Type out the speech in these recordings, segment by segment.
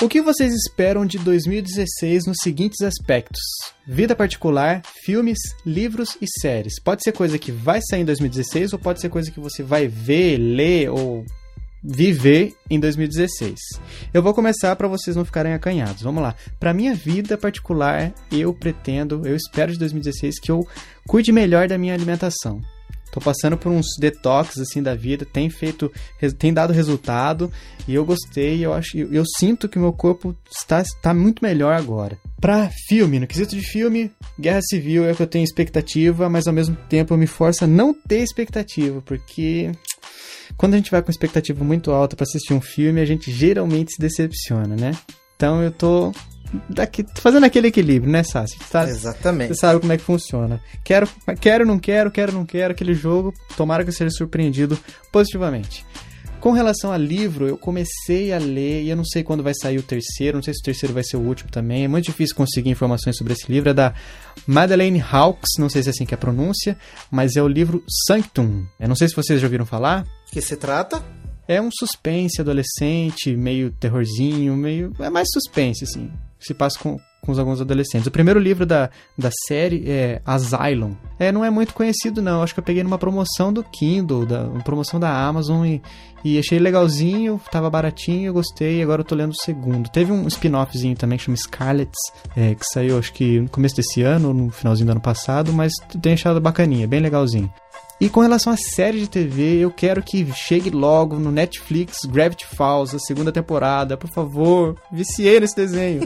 O que vocês esperam de 2016 nos seguintes aspectos? Vida particular, filmes, livros e séries. Pode ser coisa que vai sair em 2016 ou pode ser coisa que você vai ver, ler ou viver em 2016. Eu vou começar para vocês não ficarem acanhados. Vamos lá. Para minha vida particular, eu espero de 2016 que eu cuide melhor da minha alimentação. Tô passando por uns detox assim da vida, tem dado resultado e eu gostei, eu sinto que meu corpo está muito melhor agora. Pra filme, no quesito de filme, Guerra Civil é o que eu tenho expectativa, mas ao mesmo tempo eu me forço a não ter expectativa, porque quando a gente vai com expectativa muito alta pra assistir um filme, a gente geralmente se decepciona, né? Então eu tô fazendo aquele equilíbrio, né, Sassi? Exatamente. Você sabe como é que funciona. Quero, não quero, aquele jogo. Tomara que eu seja surpreendido positivamente. Com relação a livro, eu comecei a ler e eu não sei quando vai sair o terceiro, não sei se o terceiro vai ser o último também. É muito difícil conseguir informações sobre esse livro. É da Madeleine Hawkes, não sei se é assim que é a pronúncia, mas é o livro Sanctum. Eu não sei se vocês já ouviram falar. O que se trata? É um suspense adolescente, meio terrorzinho, é mais suspense, assim. Se passa com alguns adolescentes. O primeiro livro da série é Asylum. Não é muito conhecido, não. Acho que eu peguei numa promoção do Kindle, uma promoção da Amazon e achei legalzinho, tava baratinho, eu gostei, e agora eu tô lendo o segundo. Teve um spin-offzinho também que chama Scarlet, que saiu acho que no começo desse ano, ou no finalzinho do ano passado, mas tenho achado bacaninha, bem legalzinho. E com relação à série de TV, eu quero que chegue logo no Netflix Gravity Falls, a segunda temporada. Por favor, viciei nesse desenho.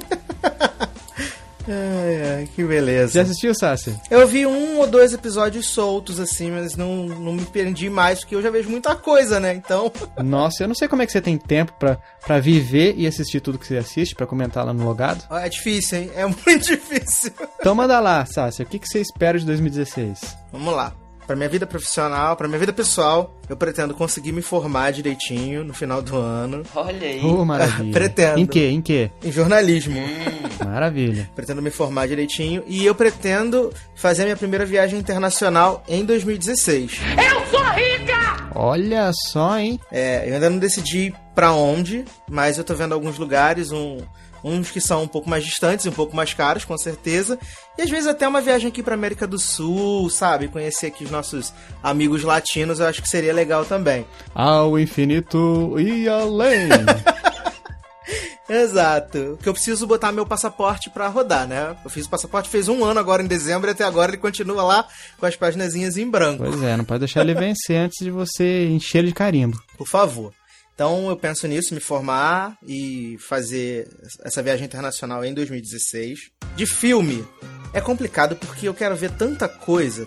Ai, que beleza. Já assistiu, Sassi? Eu vi 1 ou 2 episódios soltos, assim, mas não me prendi mais, porque eu já vejo muita coisa, né? Então... Nossa, eu não sei como é que você tem tempo pra viver e assistir tudo que você assiste, pra comentar lá no Logado. É difícil, hein? É muito difícil. Então manda lá, Sassi, o que você espera de 2016? Vamos lá. Pra minha vida profissional, pra minha vida pessoal, eu pretendo conseguir me formar direitinho no final do ano. Olha aí. Maravilha. Pretendo. Em quê? Em jornalismo. Maravilha. Pretendo me formar direitinho e eu pretendo fazer a minha primeira viagem internacional em 2016. Eu sou rica! Olha só, hein? Eu ainda não decidi pra onde, mas eu tô vendo alguns lugares, uns que são um pouco mais distantes, um pouco mais caros, com certeza. E às vezes até uma viagem aqui pra América do Sul, sabe? Conhecer aqui os nossos amigos latinos, eu acho que seria legal também. Ao infinito e além. Exato. Porque eu preciso botar meu passaporte pra rodar, né? Eu fiz o passaporte, fez 1 ano agora em dezembro e até agora ele continua lá com as paginazinhas em branco. Pois é, não pode deixar ele vencer antes de você encher ele de carimbo. Por favor. Então eu penso nisso, me formar e fazer essa viagem internacional em 2016. De filme, é complicado porque eu quero ver tanta coisa.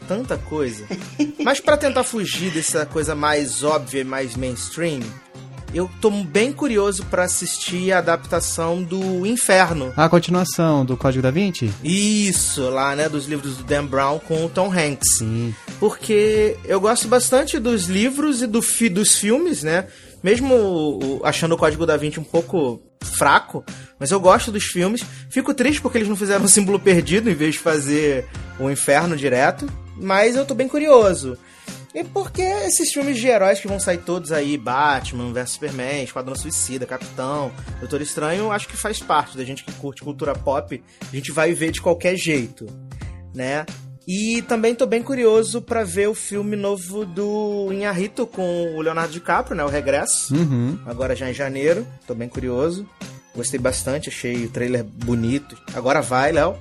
Mas pra tentar fugir dessa coisa mais óbvia e mais mainstream, eu tô bem curioso pra assistir a adaptação do Inferno. A continuação do Código da Vinci? Isso, lá, né, dos livros do Dan Brown com o Tom Hanks. Sim. Porque eu gosto bastante dos livros e dos filmes, né? Mesmo achando o Código da Vinci um pouco fraco, mas eu gosto dos filmes. Fico triste porque eles não fizeram o Símbolo Perdido em vez de fazer o Inferno direto, mas eu tô bem curioso. E porque esses filmes de heróis que vão sair todos aí, Batman vs Superman, Esquadrão Suicida, Capitão, Doutor Estranho, acho que faz parte da gente que curte cultura pop, a gente vai ver de qualquer jeito, né? E também tô bem curioso pra ver o filme novo do Inharrito com o Leonardo DiCaprio, né? O Regresso. Uhum. Agora já em janeiro. Tô bem curioso. Gostei bastante, achei o trailer bonito. Agora vai, Léo.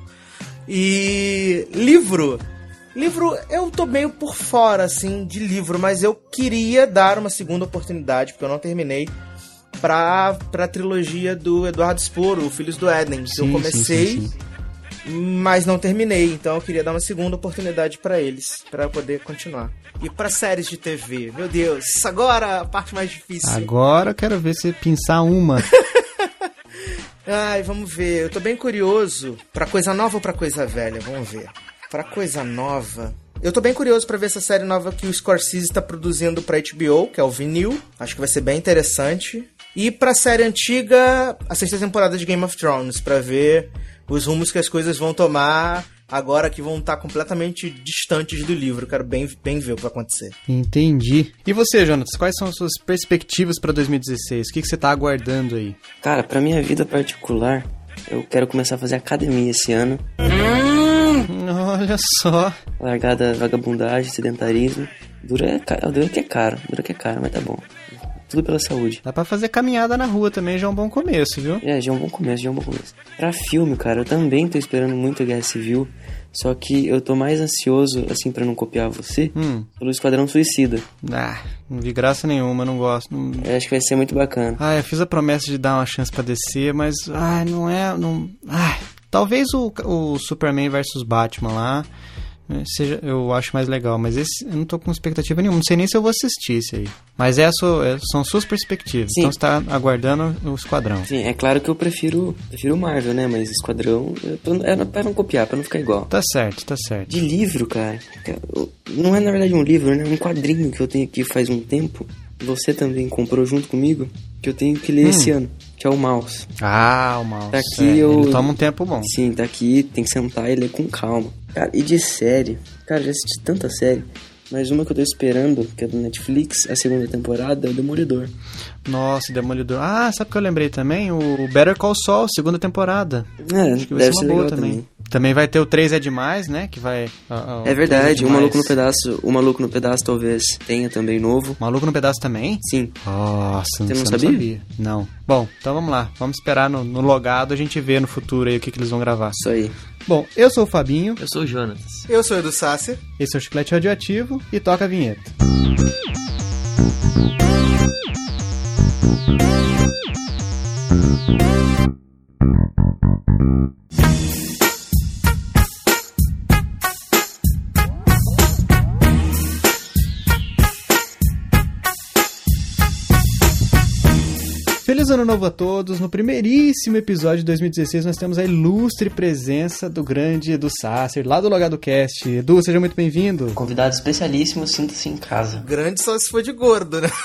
E livro, eu tô meio por fora, assim, de livro, mas eu queria dar uma segunda oportunidade, porque eu não terminei, pra trilogia do Eduardo Spohr, o Filhos do Éden. Sim, eu comecei... sim. Mas não terminei, então eu queria dar uma segunda oportunidade pra eles, pra poder continuar. E pra séries de TV, meu Deus, agora a parte mais difícil. Agora eu quero ver você pensar uma. Ai, vamos ver, eu tô bem curioso. Pra coisa nova ou pra coisa velha? Vamos ver. Pra coisa nova... Eu tô bem curioso pra ver essa série nova que o Scorsese tá produzindo pra HBO, que é o Vinil. Acho que vai ser bem interessante. E pra série antiga, a 6ª temporada de Game of Thrones, pra ver os rumos que as coisas vão tomar agora que vão estar completamente distantes do livro. Quero bem ver o que vai acontecer. Entendi. E você, Jonatas, quais são as suas perspectivas para 2016? O que você tá aguardando aí? Cara, pra minha vida particular, eu quero começar a fazer academia esse ano. Olha só. Largar da vagabundagem, sedentarismo. Dura que é caro, mas tá bom. Tudo pela saúde. Dá pra fazer caminhada na rua também, já é um bom começo, viu? Já é um bom começo. Pra filme, cara, eu também tô esperando muito a Guerra Civil, só que eu tô mais ansioso, assim, pra não copiar você, pelo Esquadrão Suicida. Não vi graça nenhuma, não gosto. Eu acho que vai ser muito bacana. Eu fiz a promessa de dar uma chance pra DC, mas, talvez o Superman vs Batman lá seja, eu acho mais legal, mas esse eu não tô com expectativa nenhuma, não sei nem se eu vou assistir esse aí. Mas são suas perspectivas. Sim. Então você tá aguardando o Esquadrão. Sim, é claro que eu prefiro o Marvel, né? Mas Esquadrão é pra não copiar, pra não ficar igual. Tá certo. De livro, cara, não é na verdade um livro, né? Um quadrinho que eu tenho aqui faz um tempo. Você também comprou junto comigo, que eu tenho que ler esse ano, que é o Mouse. O Mouse. Tá aqui ele toma um tempo bom. Sim, tá aqui, tem que sentar e ler com calma. Cara, e de série, cara, já assisti tanta série, mas uma que eu tô esperando, que é do Netflix, a segunda temporada, é o Demolidor. Nossa, Demolidor. Sabe o que eu lembrei também? O Better Call Saul, segunda temporada. Acho que vai ser uma boa também. Também vai ter o 3 é Demais, né? Que vai... é verdade, o Maluco no Pedaço talvez tenha também novo. Maluco no Pedaço também? Sim. Nossa, você não sabia? Não. Bom, então vamos lá. Vamos esperar no logado, a gente vê no futuro aí o que eles vão gravar. Isso aí. Bom, eu sou o Fabinho. Eu sou o Jonatas. Eu sou o Edu Sassi. Esse é o Chiclete Radioativo e toca a vinheta. Feliz Ano Novo a todos! No primeiríssimo episódio de 2016 nós temos a ilustre presença do grande Edu Sasser, lá do Logado Cast. Edu, seja muito bem-vindo. Convidado especialíssimo, sinta-se em casa. Grande só se for de gordo, né?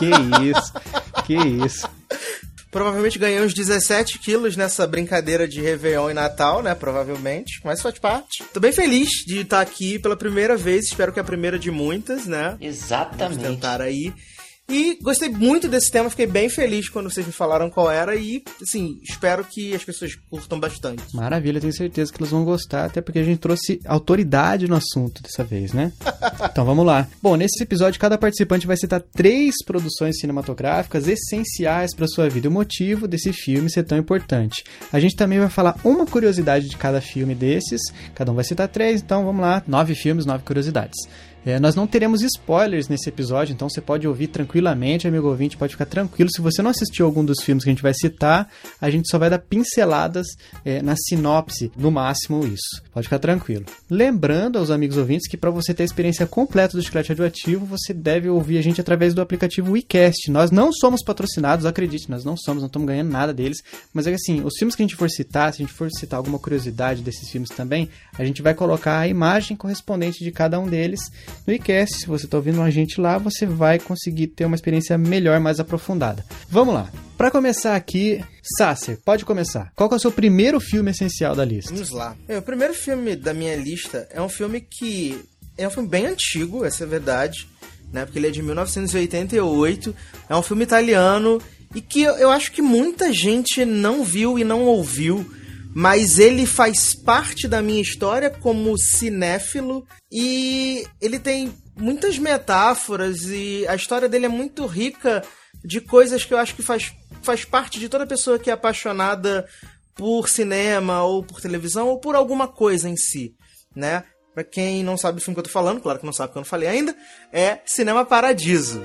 Que isso. Provavelmente ganhei uns 17 quilos nessa brincadeira de Réveillon e Natal, né? Provavelmente, mas faz parte. Tô bem feliz de estar aqui pela primeira vez, espero que é a primeira de muitas, né? Exatamente. Vamos tentar aí. E gostei muito desse tema, fiquei bem feliz quando vocês me falaram qual era e, assim, espero que as pessoas curtam bastante. Maravilha, tenho certeza que eles vão gostar, até porque a gente trouxe autoridade no assunto dessa vez, né? Então vamos lá. Bom, nesse episódio cada participante vai citar 3 produções cinematográficas essenciais para sua vida, o motivo desse filme ser tão importante. A gente também vai falar uma curiosidade de cada filme desses, cada um vai citar 3, então vamos lá, 9 filmes, 9 curiosidades. Nós não teremos spoilers nesse episódio, então você pode ouvir tranquilamente, amigo ouvinte, pode ficar tranquilo. Se você não assistiu algum dos filmes que a gente vai citar, a gente só vai dar pinceladas na sinopse, no máximo isso. Pode ficar tranquilo. Lembrando aos amigos ouvintes que para você ter a experiência completa do Chiclete Radioativo, você deve ouvir a gente através do aplicativo WeCast. Nós não somos patrocinados, acredite, nós não estamos ganhando nada deles, mas é que assim, os filmes que a gente for citar, se a gente for citar alguma curiosidade desses filmes também, a gente vai colocar a imagem correspondente de cada um deles no iCast. Se você está ouvindo a gente lá, você vai conseguir ter uma experiência melhor, mais aprofundada. Vamos lá. Para começar aqui, Sasser, pode começar. Qual que é o seu primeiro filme essencial da lista? Vamos lá. O primeiro filme da minha lista é um filme que... é um filme bem antigo, essa é a verdade, né? Porque ele é de 1988. É um filme italiano e que eu acho que muita gente não viu e não ouviu, mas ele faz parte da minha história como cinéfilo e ele tem muitas metáforas e a história dele é muito rica de coisas que eu acho que faz parte de toda pessoa que é apaixonada por cinema ou por televisão ou por alguma coisa em si, né? Pra quem não sabe do filme que eu tô falando, claro que não sabe porque eu não falei ainda, é Cinema Paradiso.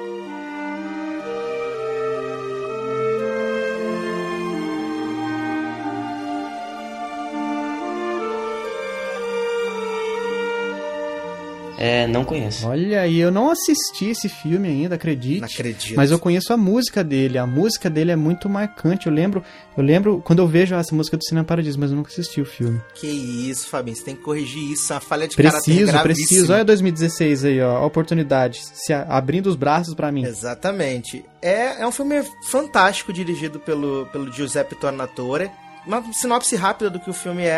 Não conheço. Olha aí, eu não assisti esse filme ainda, acredite. Não acredito. Mas eu conheço a música dele. A música dele é muito marcante. Eu lembro quando eu vejo essa música do Cinema Paradiso, mas eu nunca assisti o filme. Que isso, Fabinho, você tem que corrigir isso. É uma falha de caráter gravíssima. Preciso. Olha 2016 aí, ó, a oportunidade. Abrindo os braços pra mim. Exatamente. É um filme fantástico, dirigido pelo Giuseppe Tornatore. Uma sinopse rápida do que o filme é.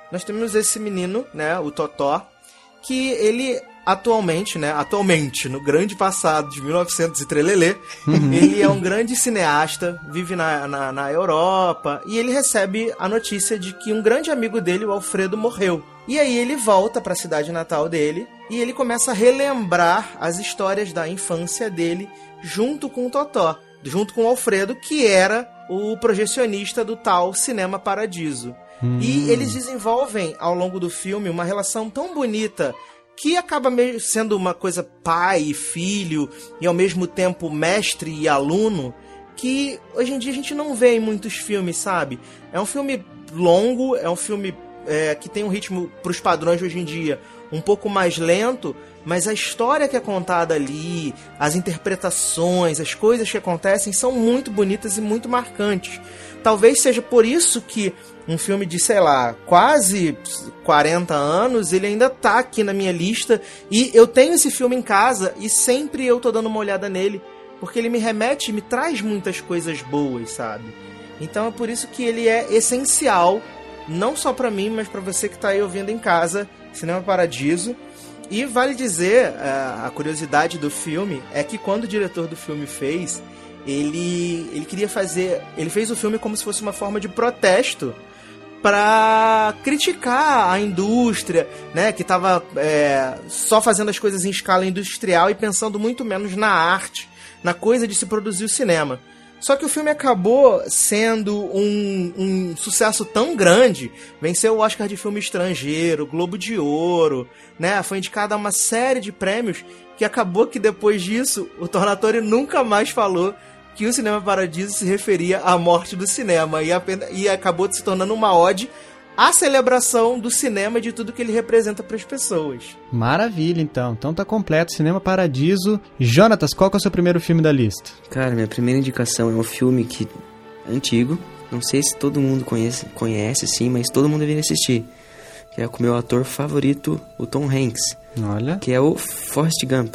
nós temos esse menino, né, o Totó, que ele atualmente, no grande passado de 1900 e trelelê, ele é um grande cineasta, vive na Europa, e ele recebe a notícia de que um grande amigo dele, o Alfredo, morreu. E aí ele volta para a cidade natal dele, e ele começa a relembrar as histórias da infância dele, junto com o Totó, junto com o Alfredo, que era o projecionista do tal Cinema Paradiso. E eles desenvolvem, ao longo do filme, uma relação tão bonita, que acaba sendo uma coisa pai e filho, e ao mesmo tempo mestre e aluno, que hoje em dia a gente não vê em muitos filmes, sabe? É um filme longo, é um filme que tem um ritmo, pros padrões de hoje em dia, um pouco mais lento, mas a história que é contada ali, as interpretações, as coisas que acontecem são muito bonitas e muito marcantes. Talvez seja por isso que um filme de, sei lá, quase 40 anos, ele ainda tá aqui na minha lista, e eu tenho esse filme em casa e sempre eu tô dando uma olhada nele, porque ele me remete, me traz muitas coisas boas, sabe? Então é por isso que ele é essencial, não só pra mim, mas pra você que tá aí ouvindo em casa, Cinema Paradiso. E vale dizer, a curiosidade do filme é que quando o diretor do filme fez, ele queria fazer... Ele fez o filme como se fosse uma forma de protesto para criticar a indústria, né, que estava só fazendo as coisas em escala industrial e pensando muito menos na arte, na coisa de se produzir o cinema. Só que o filme acabou sendo um sucesso tão grande, venceu o Oscar de filme estrangeiro, Globo de Ouro, né, foi indicado a uma série de prêmios, que acabou que depois disso o Tornatore nunca mais falou que o Cinema Paradiso se referia à morte do cinema, e acabou se tornando uma ode à celebração do cinema e de tudo que ele representa para as pessoas. Maravilha, então. Então tá completo, Cinema Paradiso. Jonatas, qual que é o seu primeiro filme da lista? Cara, minha primeira indicação é um filme que é antigo, não sei se todo mundo conhece sim, mas todo mundo deveria assistir, que é com o meu ator favorito, o Tom Hanks. Olha. Que é o Forrest Gump.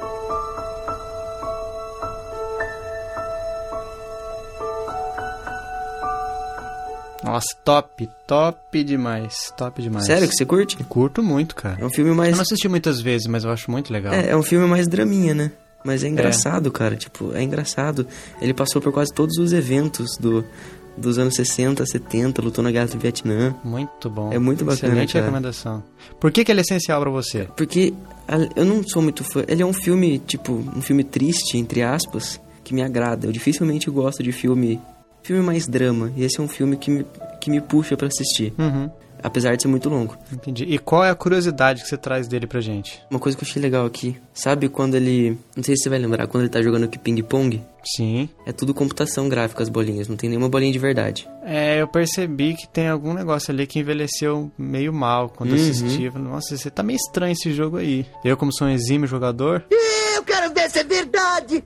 Nossa, top demais. Sério que você curte? Curto muito, cara. É um filme mais... Eu não assisti muitas vezes, mas eu acho muito legal. É um filme mais draminha, né? Mas é engraçado, cara. Tipo, é engraçado. Ele passou por quase todos os eventos dos anos 60, 70, lutou na Guerra do Vietnã. Muito bom. É muito bacana, excelente cara. Recomendação. Por que ele é essencial pra você? Porque eu não sou muito fã. Ele é um filme, tipo, um filme triste, entre aspas, que me agrada. Eu dificilmente gosto de filme mais drama. E esse é um filme que me puxa pra assistir. Uhum. Apesar de ser muito longo. Entendi. E qual é a curiosidade que você traz dele pra gente? Uma coisa que eu achei legal aqui. Sabe quando ele... Não sei se você vai lembrar. Quando ele tá jogando aqui ping-pong. Sim. É tudo computação gráfica, as bolinhas. Não tem nenhuma bolinha de verdade. Eu percebi que tem algum negócio ali que envelheceu meio mal quando eu assisti. Nossa, você tá meio estranho esse jogo aí. Eu, como sou um exímio jogador... Eu quero ver se é verdade!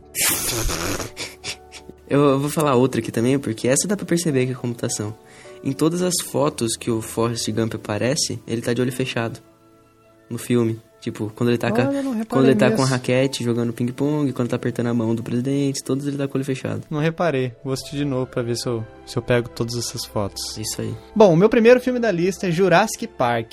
Eu vou falar outra aqui também, porque essa dá pra perceber que é computação. Em todas as fotos que o Forrest Gump aparece, ele tá de olho fechado. No filme. Tipo, quando ele tá, com a raquete jogando ping-pong, quando tá apertando a mão do presidente, todos ele tá com o olho fechado. Não reparei. Vou assistir de novo pra ver se eu pego todas essas fotos. Isso aí. Bom, o meu primeiro filme da lista é Jurassic Park.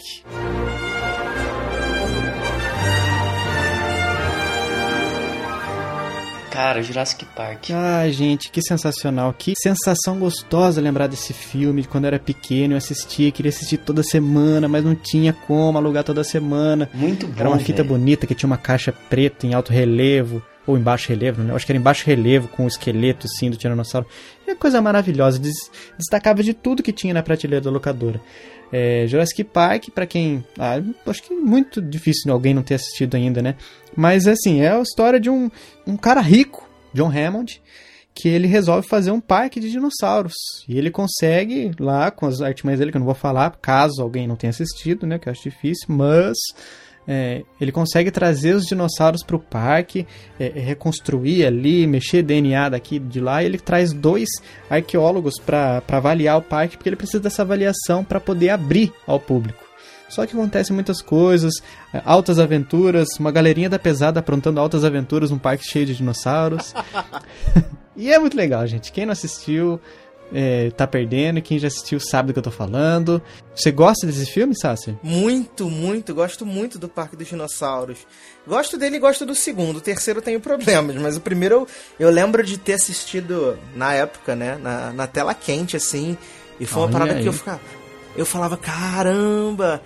Cara, Jurassic Park. Ai, gente, que sensacional. Que sensação gostosa lembrar desse filme. De quando eu era pequeno, eu assistia, queria assistir toda semana, mas não tinha como alugar toda semana. Muito bom, era uma fita bonita que tinha uma caixa preta em alto relevo, ou em baixo relevo, né? Eu acho que era em baixo relevo, com o esqueleto, assim, do tiranossauro. Era coisa maravilhosa. Destacava de tudo que tinha na prateleira da locadora. Jurassic Park, pra quem... acho que é muito difícil alguém não ter assistido ainda, né? Mas, assim, é a história de um cara rico, John Hammond, que ele resolve fazer um parque de dinossauros. E ele consegue, lá, com as artimanhas dele, que eu não vou falar, caso alguém não tenha assistido, né? Que eu acho difícil, mas... ele consegue trazer os dinossauros para o parque, reconstruir ali, mexer DNA daqui e de lá, e ele traz 2 arqueólogos para avaliar o parque, porque ele precisa dessa avaliação para poder abrir ao público. Só que acontecem muitas coisas, altas aventuras, uma galerinha da pesada aprontando altas aventuras num parque cheio de dinossauros. E é muito legal, gente. Quem não assistiu, tá perdendo, quem já assistiu sabe do que eu tô falando. Você gosta desse filme, Sassi? Muito, muito. Gosto muito do Parque dos Dinossauros. Gosto dele e gosto do segundo. O terceiro eu tenho problemas, mas o primeiro eu lembro de ter assistido na época, né? Na tela quente, assim. E foi uma parada que eu falava, caramba,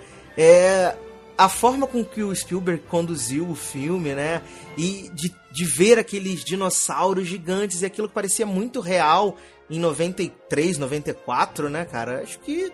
a forma com que o Spielberg conduziu o filme, né? E de ver aqueles dinossauros gigantes e aquilo que parecia muito real em 93, 94, né, cara? Acho que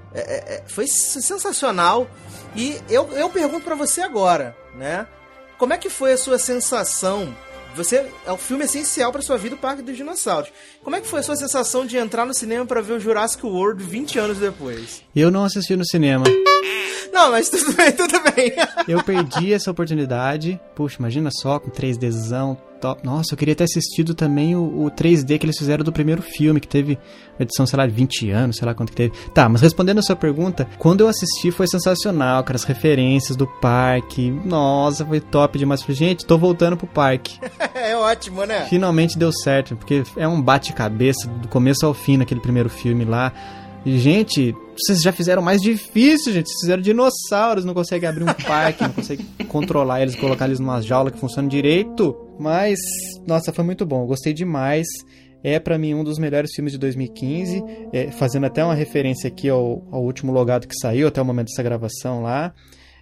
foi sensacional. E eu pergunto pra você agora, né? Como é que foi a sua sensação? É o filme essencial pra sua vida, o Parque dos Dinossauros. Como é que foi a sua sensação de entrar no cinema pra ver o Jurassic World 20 anos depois? Eu não assisti no cinema. Não, mas tudo bem, tudo bem. Eu perdi essa oportunidade. Puxa, imagina só, com 3Dzão, top. Nossa, eu queria ter assistido também o 3D que eles fizeram do primeiro filme, que teve edição, sei lá, de 20 anos, sei lá quanto que teve. Tá, mas respondendo a sua pergunta, quando eu assisti foi sensacional, cara, as referências do parque. Nossa, foi top demais. Falei, gente, tô voltando pro parque. É ótimo, né? Finalmente deu certo, porque é um bate-cabeça do começo ao fim naquele primeiro filme lá. E, gente, vocês já fizeram mais difícil, gente. Vocês fizeram dinossauros, não conseguem abrir um parque, não conseguem controlar eles, colocar eles numa jaula que funciona direito. Mas, nossa, foi muito bom. Eu gostei demais. É, pra mim, um dos melhores filmes de 2015. Fazendo até uma referência aqui ao último logado que saiu, até o momento dessa gravação lá.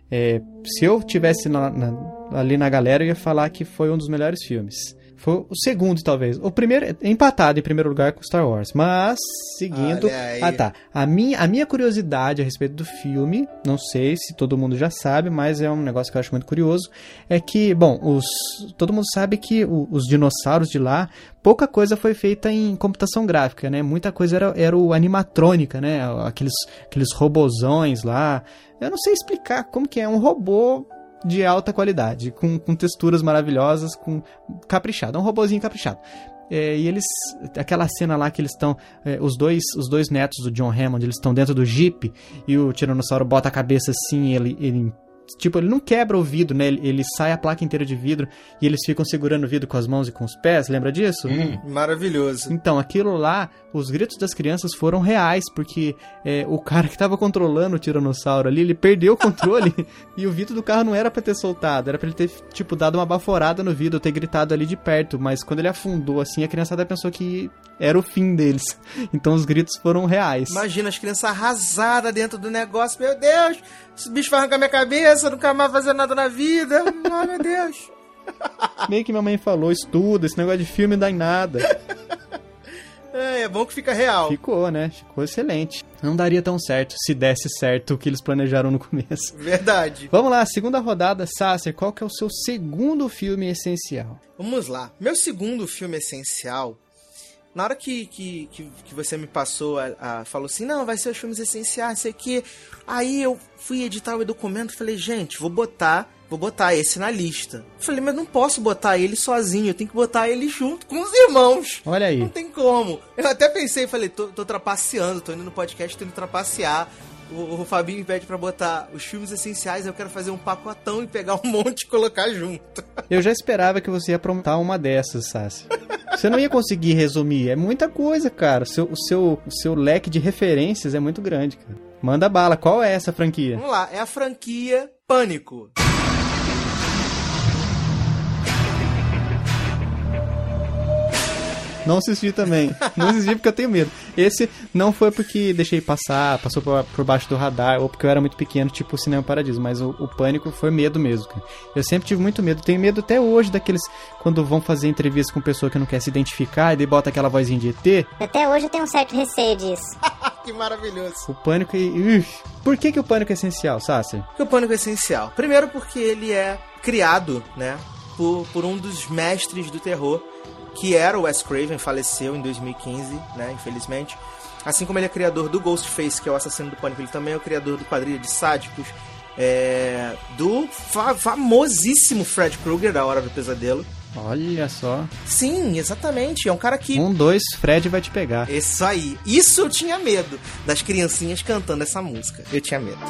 Se eu tivesse ali na galera, eu ia falar que foi um dos melhores filmes. Foi o segundo, talvez. O primeiro é empatado em primeiro lugar com Star Wars. Mas, seguindo... Ah, tá. A minha curiosidade a respeito do filme, não sei se todo mundo já sabe, mas é um negócio que eu acho muito curioso, é que, bom, todo mundo sabe que os dinossauros de lá, pouca coisa foi feita em computação gráfica, né? Muita coisa era o animatrônica, né? Aqueles robozões lá. Eu não sei explicar como que é um robô de alta qualidade, com texturas maravilhosas, caprichado, é um robozinho caprichado. E eles, aquela cena lá que eles estão, os dois netos do John Hammond, eles estão dentro do Jeep e o tiranossauro bota a cabeça assim, ele não quebra o vidro, né? Ele sai a placa inteira de vidro e eles ficam segurando o vidro com as mãos e com os pés, lembra disso? Maravilhoso. Então, aquilo lá, os gritos das crianças foram reais, porque o cara que tava controlando o tiranossauro ali, ele perdeu o controle e o vidro do carro não era pra ter soltado, era pra ele ter, dado uma baforada no vidro, ter gritado ali de perto, mas quando ele afundou assim, a criançada pensou que era o fim deles. Então, os gritos foram reais. Imagina as crianças arrasadas dentro do negócio, meu Deus, esse bicho vai arrancar minha cabeça, nunca mais fazer nada na vida. Ai, meu Deus. Meio que minha mãe falou, estuda, esse negócio de filme não dá em nada. É bom que fica real. Ficou, né? Ficou excelente. Não daria tão certo se desse certo o que eles planejaram no começo. Verdade. Vamos lá, segunda rodada. Sasser, qual que é o seu segundo filme essencial? Vamos lá. Meu segundo filme essencial... Na hora que você me passou, falou assim, não, vai ser os filmes essenciais, sei que. Aí eu fui editar o documento e falei, gente, vou botar esse na lista. Falei, mas não posso botar ele sozinho, eu tenho que botar ele junto com os irmãos. Olha aí. Não tem como. Eu até pensei, falei, tô trapaceando, tô indo no podcast, tô indo trapacear. O Fabinho me pede pra botar os filmes essenciais, eu quero fazer um pacotão e pegar um monte e colocar junto. Eu já esperava que você ia aprontar uma dessas, Sassi. Você não ia conseguir resumir, é muita coisa, cara. O seu leque de referências é muito grande, cara. Manda bala, qual é essa franquia? Vamos lá, é a franquia Pânico. Não assisti também. Não assisti porque eu tenho medo. Esse não foi porque deixei passou por baixo do radar, ou porque eu era muito pequeno, tipo o Cinema Paradiso, mas o Pânico foi medo mesmo, cara. Eu sempre tive muito medo. Tenho medo até hoje daqueles, quando vão fazer entrevista com pessoa que não quer se identificar, e daí bota aquela vozinha de ET. Até hoje eu tenho um certo receio disso. Que maravilhoso. O Pânico Por que o Pânico é essencial, Sassi? Porque o Pânico é essencial. Primeiro porque ele é criado, né, por um dos mestres do terror, que era o Wes Craven, faleceu em 2015, né, infelizmente. Assim como ele é criador do Ghostface, que é o assassino do Pânico, ele também é o criador do Quadrilha de Sádicos, do famosíssimo Fred Krueger, da Hora do Pesadelo. Olha só. Sim, exatamente, é um cara que... 1, 2, Fred vai te pegar. Isso aí, isso eu tinha medo, das criancinhas cantando essa música, eu tinha medo.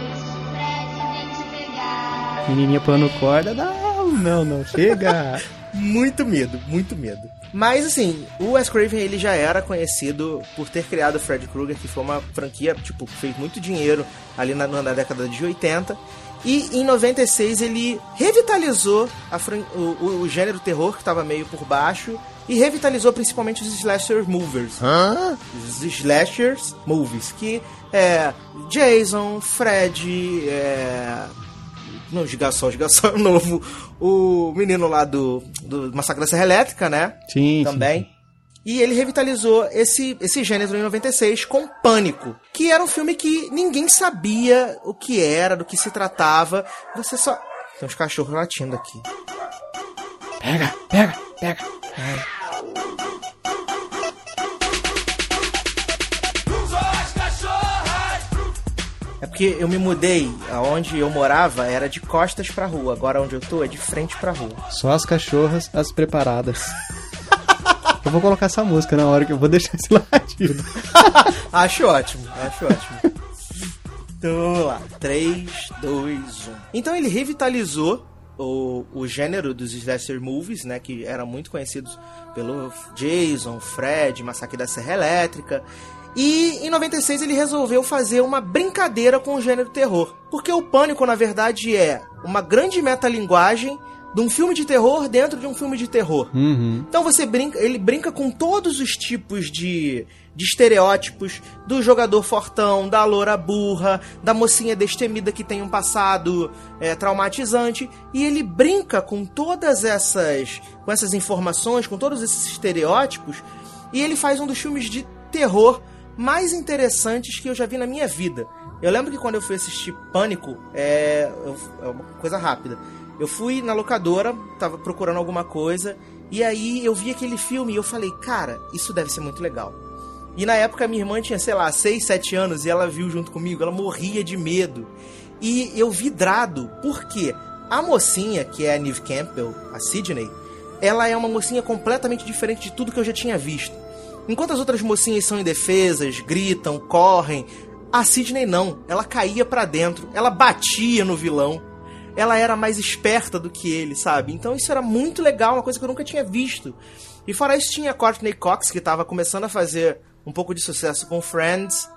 Menininha pulando corda, não, chega... muito medo, muito medo. Mas, assim, o Wes Craven, ele já era conhecido por ter criado o Freddy Krueger, que foi uma franquia, tipo, que fez muito dinheiro ali na década de 80. E em 96 ele revitalizou o gênero terror, que estava meio por baixo, e revitalizou principalmente os slasher movies. Os slashers movies, que é Jason, Freddy, não, Gigassol é o novo, o menino lá do Massacre da Serra Elétrica, né? Sim, também. Sim. E ele revitalizou esse gênero em 96 com Pânico, que era um filme que ninguém sabia o que era, do que se tratava. Você só... Tem uns cachorros latindo aqui. Pega. É porque eu me mudei, aonde eu morava era de costas pra rua, agora onde eu tô é de frente pra rua. Só as cachorras, as preparadas. Eu vou colocar essa música na hora que eu vou deixar esse latido. Acho ótimo. Então vamos lá, 3, 2, 1. Então ele revitalizou o gênero dos slasher movies, né, que eram muito conhecidos pelo Jason, Fred, Massacre da Serra Elétrica. E em 96 ele resolveu fazer uma brincadeira com o gênero terror. Porque o Pânico, na verdade, é uma grande metalinguagem de um filme de terror dentro de um filme de terror. Então ele brinca com todos os tipos de estereótipos do jogador fortão, da loura burra, da mocinha destemida que tem um passado traumatizante, e ele brinca com todas essas informações, com todos esses estereótipos, e ele faz um dos filmes de terror mais interessantes que eu já vi na minha vida. Eu lembro que quando eu fui assistir Pânico, é uma coisa rápida, eu fui na locadora, tava procurando alguma coisa, e aí eu vi aquele filme e eu falei, cara, isso deve ser muito legal. E na época minha irmã tinha, 6, 7 anos, e ela viu junto comigo, ela morria de medo. E eu vidrado, porque a mocinha, que é a Neve Campbell, a Sidney, ela é uma mocinha completamente diferente de tudo que eu já tinha visto. Enquanto as outras mocinhas são indefesas, gritam, correm, a Sidney não, ela caía pra dentro, ela batia no vilão. Ela era mais esperta do que ele, sabe? Então isso era muito legal, uma coisa que eu nunca tinha visto. E fora isso tinha a Courtney Cox, que tava começando a fazer um pouco de sucesso com Friends.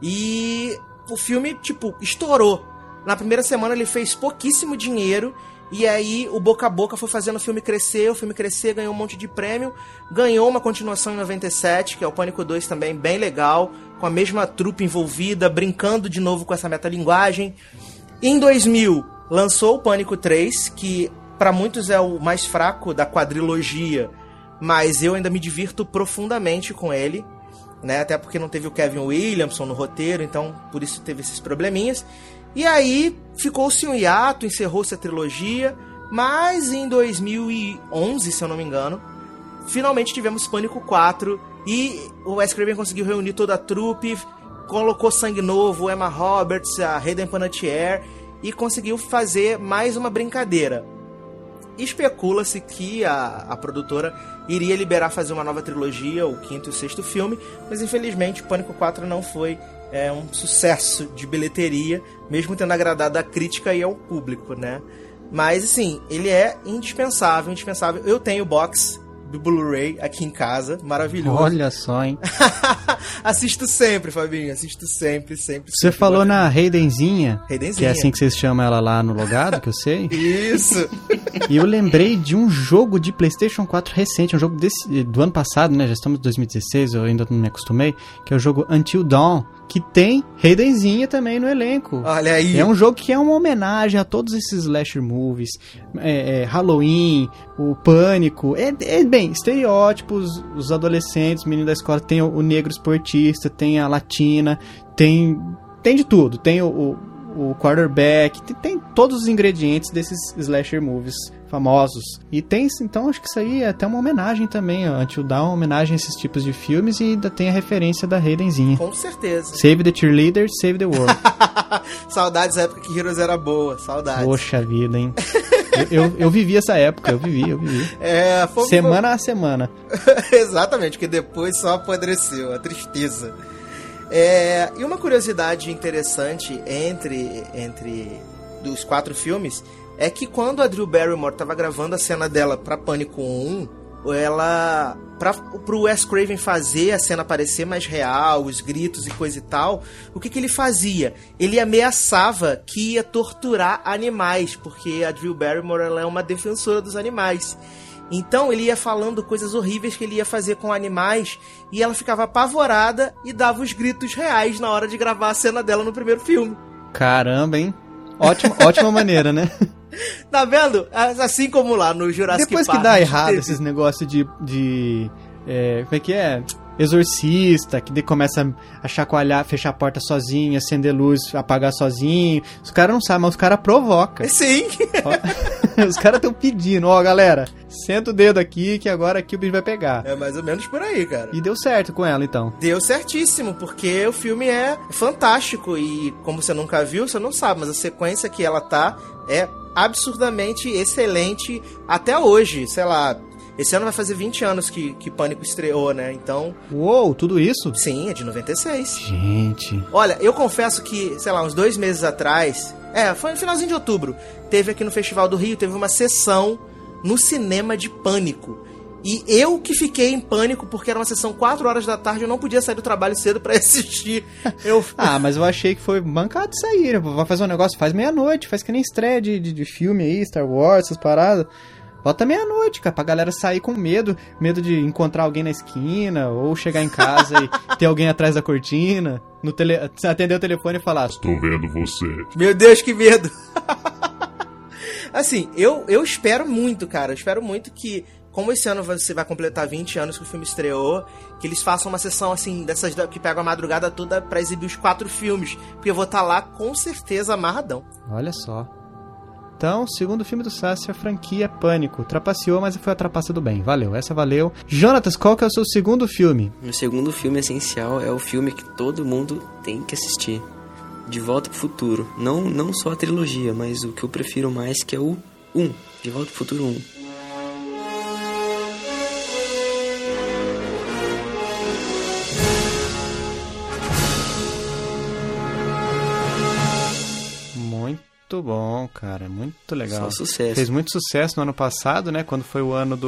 E o filme, estourou. Na primeira semana ele fez pouquíssimo dinheiro. E aí o boca a boca foi fazendo o filme crescer, ganhou um monte de prêmio. Ganhou uma continuação em 97, que é o Pânico 2 também, bem legal. Com a mesma trupe envolvida, brincando de novo com essa metalinguagem. Em 2000... lançou o Pânico 3, que para muitos é o mais fraco da quadrilogia, mas eu ainda me divirto profundamente com ele, né? Até porque não teve o Kevin Williamson no roteiro, então por isso teve esses probleminhas. E aí ficou-se um hiato, encerrou-se a trilogia, mas em 2011, se eu não me engano, finalmente tivemos Pânico 4 e o Wes Craven conseguiu reunir toda a trupe, colocou sangue novo, Emma Roberts, a Hayden Panettiere, e conseguiu fazer mais uma brincadeira. Especula-se que a produtora iria liberar fazer uma nova trilogia, o 5º e o 6º filme, mas infelizmente o Pânico 4 não foi um sucesso de bilheteria, mesmo tendo agradado a crítica e ao público, né? Mas assim, ele é indispensável. Eu tenho o box do Blu-ray aqui em casa, maravilhoso. Olha só, hein? Assisto sempre, Fabinho, sempre. Você falou na Haydenzinha, que é assim que vocês chamam ela lá no logado, que eu sei. Isso! E eu lembrei de um jogo de PlayStation 4 recente, um jogo do ano passado, né? Já estamos em 2016, eu ainda não me acostumei, que é o jogo Until Dawn, que tem Haydenzinha também no elenco. Olha aí! É um jogo que é uma homenagem a todos esses slasher movies, Halloween, o Pânico, bem, estereótipos, os adolescentes, menino da escola, tem o negro esportista, tem a latina, tem de tudo, tem o quarterback, tem todos os ingredientes desses slasher movies famosos. E tem, então acho que isso aí é até uma homenagem também, Until Dawn, uma homenagem a esses tipos de filmes, e ainda tem a referência da Haydenzinha. Com certeza. Save the cheerleader, save the world. Saudades da época que Heroes era boa, saudades. Poxa vida, hein? Eu vivi essa época, eu vivi. Semana a semana. Exatamente, que depois só apodreceu, a tristeza. E uma curiosidade interessante entre dos 4 filmes é que quando a Drew Barrymore tava gravando a cena dela pra Pânico 1, ela... pro Wes Craven fazer a cena parecer mais real, os gritos e coisa e tal, o que ele fazia? Ele ameaçava que ia torturar animais, porque a Drew Barrymore ela é uma defensora dos animais. Então ele ia falando coisas horríveis que ele ia fazer com animais e ela ficava apavorada e dava os gritos reais na hora de gravar a cena dela no primeiro filme. Caramba, hein? Ótima maneira, né? Tá vendo? Assim como lá no Jurassic Park. Depois que dá errado esses negócios de como é que é? Exorcista, que começa a chacoalhar, fechar a porta sozinho, acender luz, apagar sozinho. Os caras não sabem, mas os caras provocam. Sim. Os caras estão pedindo, galera, senta o dedo aqui que agora aqui o bicho vai pegar. É mais ou menos por aí, cara. E deu certo com ela, então. Deu certíssimo, porque o filme é fantástico e como você nunca viu, você não sabe, mas a sequência que ela tá é absurdamente excelente até hoje, sei lá. Esse ano vai fazer 20 anos que Pânico estreou, né? Então... Uou, tudo isso? Sim, é de 96. Gente... Olha, eu confesso que, sei lá, uns 2 meses atrás... foi no finalzinho de outubro. Teve aqui no Festival do Rio, teve uma sessão no cinema de Pânico. E eu que fiquei em pânico, porque era uma sessão 4 horas da tarde, eu não podia sair do trabalho cedo pra assistir. Mas eu achei que foi mancado isso aí, né? Vai fazer um negócio, faz meia-noite, faz que nem estreia de filme aí, Star Wars, essas paradas. Bota meia-noite, cara, pra galera sair com medo de encontrar alguém na esquina, ou chegar em casa e ter alguém atrás da cortina, atender o telefone e falar: estou vendo você. Meu Deus, que medo! Assim, eu espero muito, cara, eu espero muito que, como esse ano você vai completar 20 anos que o filme estreou, que eles façam uma sessão, assim, dessas que pegam a madrugada toda pra exibir os 4 filmes, porque eu vou estar lá com certeza amarradão. Olha só. Então, segundo filme do Sassi, a franquia Pânico. Trapaceou, mas foi a trapaça do bem. Valeu, essa valeu. Jonatas, qual que é o seu segundo filme? O segundo filme essencial é o filme que todo mundo tem que assistir. De Volta pro Futuro. Não só a trilogia, mas o que eu prefiro mais, que é o 1. De Volta pro Futuro 1. Muito bom, cara, muito legal. Só sucesso. Fez muito sucesso no ano passado, né? Quando foi o ano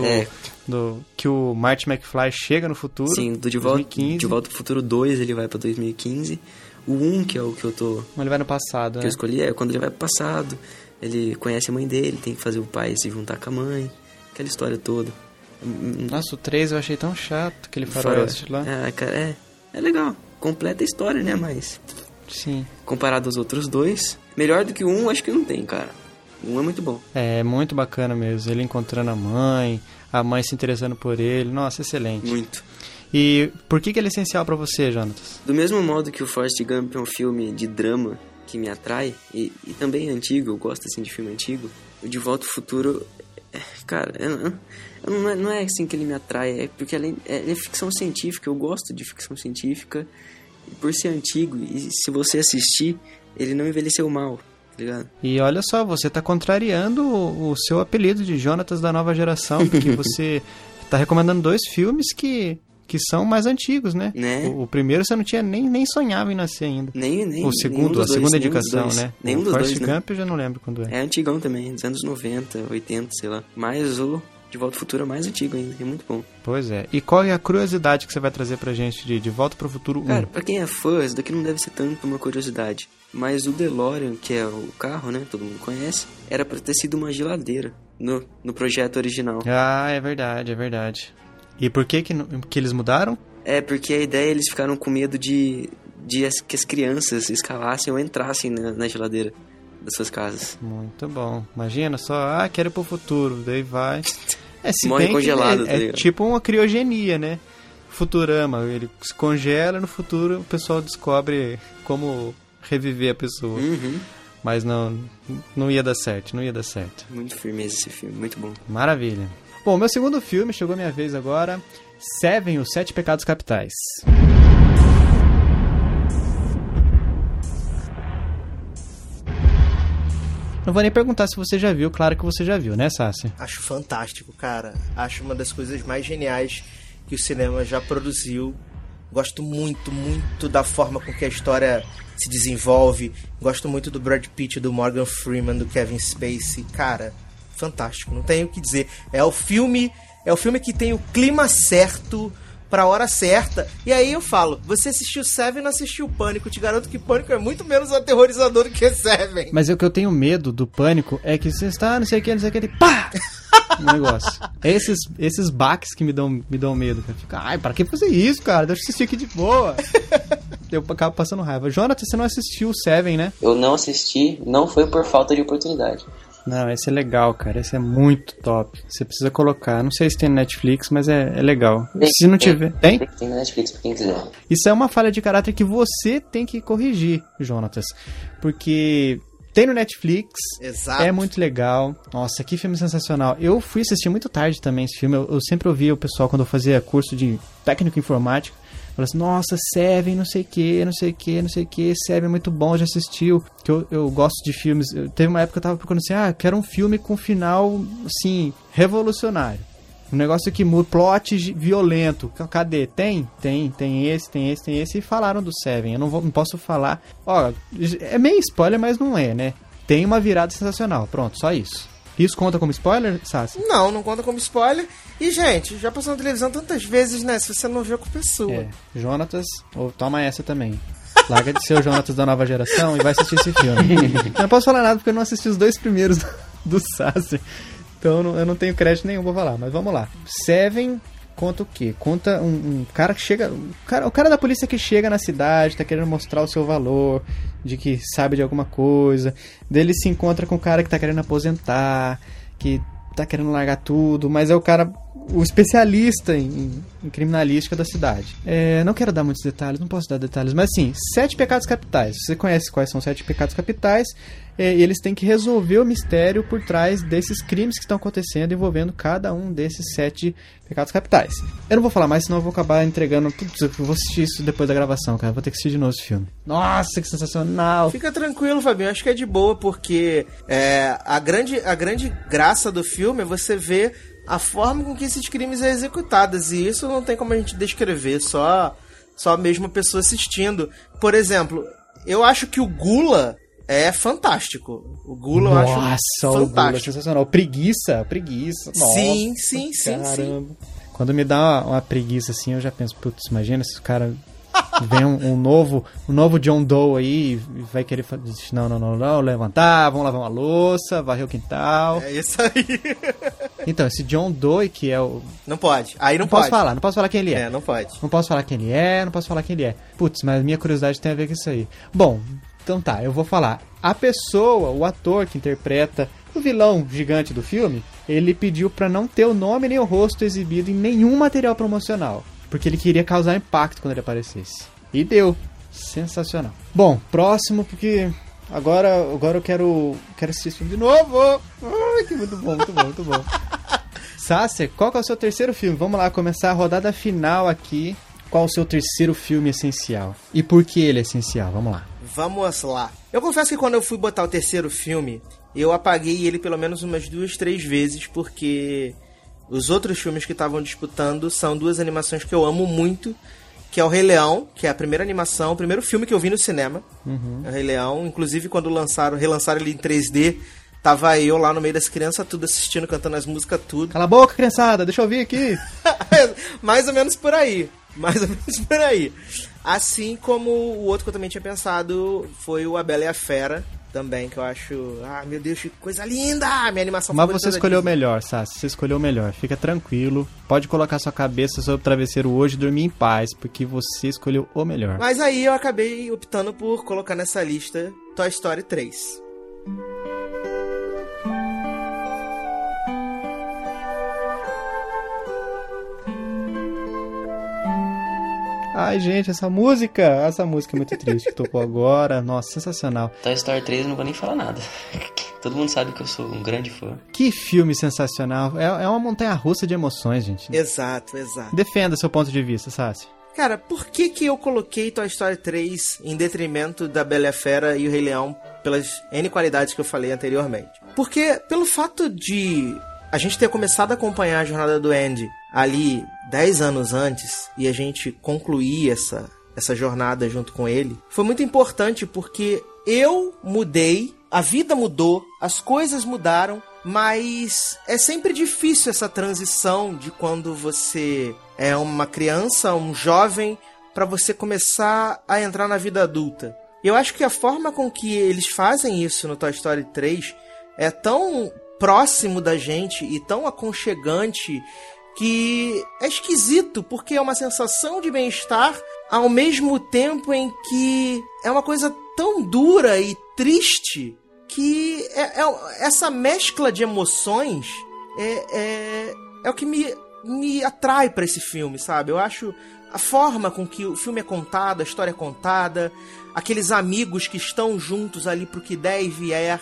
que o Marty McFly chega no futuro. Sim, do De Volta pro Futuro 2 ele vai pra 2015. O 1, que é o que eu tô... Ele vai no passado, que eu escolhi, quando ele vai pro passado. Ele conhece a mãe dele, tem que fazer o pai se juntar com a mãe. Aquela história toda. Nossa, o 3 eu achei tão chato, aquele faroeste lá. Cara, é legal. Completa a história, né? Mas... Sim. Comparado aos outros 2, melhor do que o 1, acho que não tem, cara. O 1 é muito bom. É, muito bacana mesmo. Ele encontrando a mãe se interessando por ele. Nossa, excelente. Muito. E por que ele é essencial pra você, Jonatas? Do mesmo modo que o Forrest Gump é um filme de drama que me atrai, e também é antigo, eu gosto assim de filme antigo, o De Volta ao Futuro, cara, não é assim que ele me atrai, é porque ele é ficção científica, eu gosto de ficção científica, e por ser antigo, e se você assistir, ele não envelheceu mal, tá ligado? E olha só, você tá contrariando o seu apelido de Jonatas da nova geração, porque você tá recomendando 2 filmes que são mais antigos, né? O primeiro você não tinha nem sonhava em nascer ainda. Nem o segundo, a segunda indicação, né? Nenhum dos Forrest dois, Gump eu já não lembro quando é. É antigão também, dos anos 90, 80, sei lá. Mas o De Volta ao Futuro é mais antigo ainda, é muito bom. Pois é. E qual é a curiosidade que você vai trazer pra gente de Volta pro Futuro 1? Cara, pra quem é fã, isso daqui não deve ser tanto uma curiosidade. Mas o DeLorean, que é o carro, né? Todo mundo conhece. Era pra ter sido uma geladeira no projeto original. Ah, é verdade, é verdade. E por que eles mudaram? É porque a ideia, eles ficaram com medo de que as crianças escalassem ou entrassem na geladeira das suas casas. Muito bom. Imagina só, quero ir pro futuro, daí vai... se morre congelado, tá ligado? É tipo uma criogenia, né? Futurama, ele se congela, no futuro o pessoal descobre como reviver a pessoa. Uhum. Mas não ia dar certo, Muito firmeza esse filme, muito bom. Maravilha. Bom, meu segundo filme, chegou a minha vez agora, Seven, os 7 Pecados Capitais. Não vou nem perguntar se você já viu, claro que você já viu, né, Sassi? Acho fantástico, cara. Acho uma das coisas mais geniais que o cinema já produziu. Gosto muito, muito da forma com que a história se desenvolve. Gosto muito do Brad Pitt, do Morgan Freeman, do Kevin Spacey. Cara, fantástico, não tenho o que dizer. É o filme que tem o clima certo pra hora certa. E aí eu falo, você assistiu Seven e não assistiu Pânico. Te garanto que Pânico é muito menos aterrorizador do que Seven. Mas o que eu tenho medo do Pânico é que você está, não sei o que, pá! Um negócio. Esses baques que me dão medo. Eu fico, ai, para que fazer isso, cara? Deixa eu assistir aqui de boa. Eu acabo passando raiva. Jonathan, você não assistiu o Seven, né? Eu não assisti, não foi por falta de oportunidade. Não, esse é legal, cara. Esse é muito top. Você precisa colocar. Não sei se tem no Netflix, mas é legal. Se não tiver... Tem? Tem no Netflix, pra quem quiser. Isso é uma falha de caráter que você tem que corrigir, Jonatas. Porque... tem no Netflix. Exato. É muito legal. Nossa, que filme sensacional. Eu fui assistir muito tarde também esse filme. Eu sempre ouvia o pessoal quando eu fazia curso de técnico informático. Falava assim, nossa, Seven, não sei o que. Seven é muito bom, já assistiu. Que eu gosto de filmes. Teve uma época que eu tava procurando assim, quero um filme com final, assim, revolucionário. Um negócio que muda, plot violento. Cadê? Tem esse. E falaram do Seven. Eu não posso falar. Ó, é meio spoiler, mas não é, né? Tem uma virada sensacional. Pronto, só isso. Isso conta como spoiler, Sassi? Não conta como spoiler. E, gente, já passou na televisão tantas vezes, né? Se você não viu, a culpa é sua. Jonatas, toma essa também. Larga de ser o Jonatas da nova geração e vai assistir esse filme. Eu não posso falar nada porque eu não assisti os 2 primeiros do Sassi. Então eu não tenho crédito nenhum pra falar, mas vamos lá. Seven conta o quê? Conta um cara que chega... O cara da polícia que chega na cidade, tá querendo mostrar o seu valor, de que sabe de alguma coisa. Daí ele se encontra com o cara que tá querendo aposentar, que tá querendo largar tudo, mas é o especialista em criminalística da cidade. Não quero dar muitos detalhes, não posso dar detalhes, mas assim, 7 pecados capitais. Você conhece quais são os 7 pecados capitais? E eles têm que resolver o mistério por trás desses crimes que estão acontecendo envolvendo cada um desses 7 pecados capitais. Eu não vou falar mais, senão eu vou acabar entregando... Putz, eu vou assistir isso depois da gravação, cara. Vou ter que assistir de novo esse filme. Nossa, que sensacional! Fica tranquilo, Fabinho. Acho que é de boa, porque a grande graça do filme é você ver a forma com que esses crimes são executados. E isso não tem como a gente descrever, só mesmo a pessoa assistindo. Por exemplo, eu acho que o Gula... é fantástico. O Gula eu acho fantástico. O Gula é sensacional. Preguiça. Nossa, sim. Caramba. Quando me dá uma preguiça assim, eu já penso, putz, imagina se o cara vem um novo John Doe aí e vai querer fazer... Não, levantar, vamos lavar uma louça, varrer o quintal. É isso aí. Então, esse John Doe que é o... Não pode. Aí não pode. pode. Não posso falar quem ele é. Não pode. Não posso falar quem ele é. Putz, mas minha curiosidade tem a ver com isso aí. Bom... Então tá, eu vou falar. A pessoa, o ator que interpreta o vilão gigante do filme, ele pediu pra não ter o nome nem o rosto exibido em nenhum material promocional, porque ele queria causar impacto quando ele aparecesse. E deu. Sensacional. Bom, próximo, porque agora eu quero assistir esse filme de novo. Ai, que muito bom. Sasser, qual que é o seu terceiro filme? Vamos lá, começar a rodada final aqui. Qual o seu terceiro filme essencial? E por que ele é essencial? Vamos lá. Vamos lá. Eu confesso que quando eu fui botar o terceiro filme, eu apaguei ele pelo menos umas 2, 3 vezes, porque os outros filmes que estavam disputando são 2 animações que eu amo muito, que é o Rei Leão, que é a primeira animação, o primeiro filme que eu vi no cinema. É o Rei Leão. Inclusive, quando relançaram ele em 3D, tava eu lá no meio das crianças, tudo assistindo, cantando as músicas, tudo. Cala a boca, criançada, deixa eu ouvir aqui. Mais ou menos por aí. Assim como o outro que eu também tinha pensado foi o A Bela e a Fera, também, que eu acho... meu Deus, que coisa linda! Minha animação favorita. Mas você escolheu o melhor, Sassi, você escolheu o melhor. Fica tranquilo, pode colocar sua cabeça sobre o travesseiro hoje e dormir em paz, porque você escolheu o melhor. Mas aí eu acabei optando por colocar nessa lista Toy Story 3. Ai, gente, essa música é muito triste que tocou agora. Nossa, sensacional. Toy Story 3 eu não vou nem falar nada. Todo mundo sabe que eu sou um grande fã. Que filme sensacional. É uma montanha-russa de emoções, gente. Exato. Defenda seu ponto de vista, Sassi. Cara, por que eu coloquei Toy Story 3 em detrimento da Bela e a Fera e o Rei Leão pelas N qualidades que eu falei anteriormente? Porque pelo fato de a gente ter começado a acompanhar a jornada do Andy ali 10 anos antes e a gente concluir essa jornada junto com ele, foi muito importante porque eu mudei, a vida mudou, as coisas mudaram, mas é sempre difícil essa transição de quando você é uma criança, um jovem, para você começar a entrar na vida adulta. E eu acho que a forma com que eles fazem isso no Toy Story 3 é tão próximo da gente e tão aconchegante que é esquisito, porque é uma sensação de bem-estar ao mesmo tempo em que é uma coisa tão dura e triste que essa mescla de emoções é o que me atrai para esse filme, sabe? Eu acho a forma com que o filme é contado, a história é contada, aqueles amigos que estão juntos ali pro que der e vier,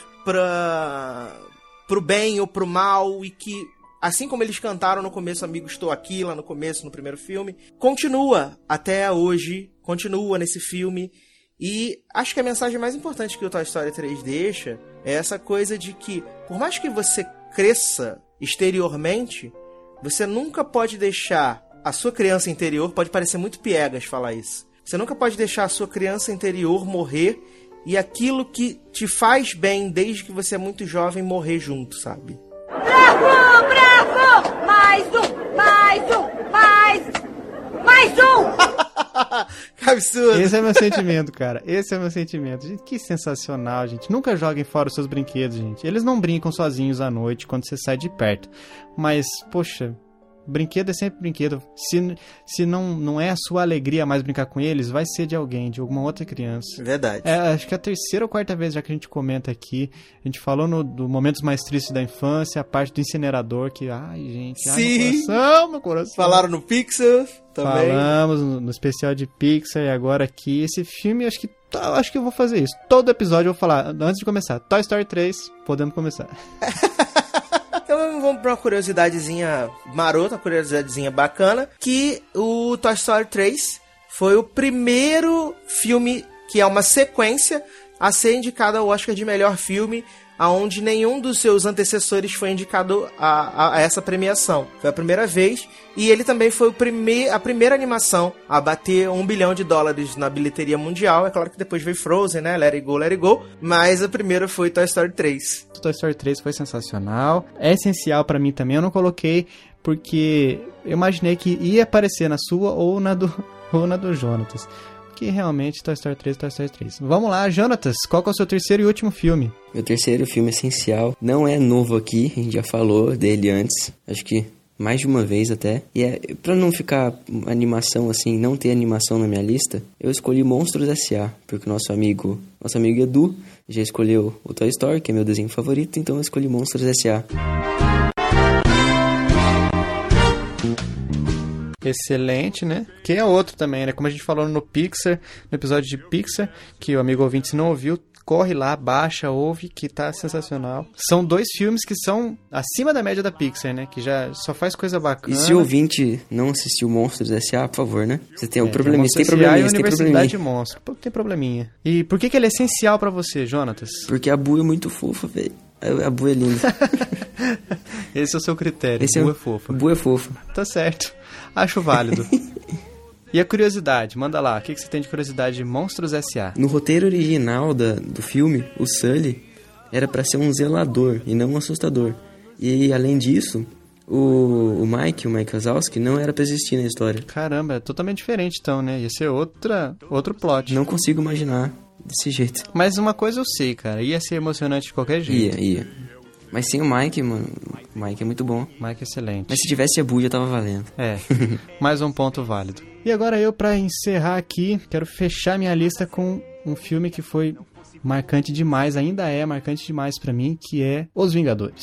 pro bem ou pro mal, e que, assim como eles cantaram no começo, Amigo, Estou Aqui, lá no começo, no primeiro filme, continua até hoje, continua nesse filme. E acho que a mensagem mais importante que o Toy Story 3 deixa é essa coisa de que, por mais que você cresça exteriormente, você nunca pode deixar a sua criança interior, pode parecer muito piegas falar isso, você nunca pode deixar a sua criança interior morrer e aquilo que te faz bem desde que você é muito jovem morrer junto, sabe? Bravo, bravo! Mais um, mais um, mais um! Que absurdo! Esse é meu sentimento, cara. Esse é meu sentimento. Gente, que sensacional, gente. Nunca joguem fora os seus brinquedos, gente. Eles não brincam sozinhos à noite quando você sai de perto. Mas, poxa, brinquedo é sempre brinquedo. Se não é a sua alegria mais brincar com eles, vai ser de alguém, de alguma outra criança. Verdade. Acho que é a terceira ou quarta vez já que a gente comenta aqui. A gente falou do momentos mais tristes da infância, a parte do incinerador, que, ai, gente, sim, meu coração. Falaram no Pixar também. Falamos no especial de Pixar e agora aqui. Esse filme, acho que eu vou fazer isso. Todo episódio eu vou falar, antes de começar, Toy Story 3, podemos começar. Então vamos pra uma curiosidadezinha marota, uma curiosidadezinha bacana, que o Toy Story 3 foi o primeiro filme que é uma sequência a ser indicado ao Oscar de melhor filme, aonde nenhum dos seus antecessores foi indicado a essa premiação. Foi a primeira vez, e ele também foi a primeira animação a bater $1 bilhão na bilheteria mundial. É claro que depois veio Frozen, né? Let It Go, mas a primeira foi Toy Story 3. Toy Story 3 foi sensacional, é essencial pra mim também. Eu não coloquei porque eu imaginei que ia aparecer na sua ou na do Jonatas. Que realmente Toy Story 3, Toy Story 3. Vamos lá, Jonatas, qual que é o seu terceiro e último filme? Meu terceiro filme essencial não é novo aqui, a gente já falou dele antes, acho que mais de uma vez até. E pra não ficar animação assim, não ter animação na minha lista, eu escolhi Monstros S.A., porque o nosso amigo Edu já escolheu o Toy Story, que é meu desenho favorito, então eu escolhi Monstros S.A. Excelente, né? Que é outro também, né? Como a gente falou no Pixar, no episódio de Pixar, que o amigo ouvinte, se não ouviu, corre lá, baixa, ouve, que tá sensacional. São dois filmes que são acima da média da Pixar, né? Que já só faz coisa bacana. E se o ouvinte não assistiu Monstros S.A., por favor, né? Você tem um probleminha, tem Universidade Monstro. Tem probleminha. E por que ele é essencial pra você, Jonatas? Porque a Bu é muito fofa, velho. A Bu é linda. Esse é o seu critério, Bu é fofa. Bu é fofa. Tá certo. Acho válido. E a curiosidade? Manda lá. O que você tem de curiosidade de Monstros S.A.? No roteiro original do filme, o Sully era pra ser um zelador e não um assustador. E, além disso, o Mike Wazowski, não era pra existir na história. Caramba, é totalmente diferente então, né? Ia ser outro plot. Não consigo imaginar desse jeito. Mas uma coisa eu sei, cara. Ia ser emocionante de qualquer jeito. Ia. Mas sem o Mike, mano, o Mike é muito bom. Mike é excelente. Mas se tivesse a Bu, já tava valendo. É, mais um ponto válido. E agora eu, pra encerrar aqui, quero fechar minha lista com um filme que foi marcante demais, ainda é marcante demais pra mim, que é Os Vingadores.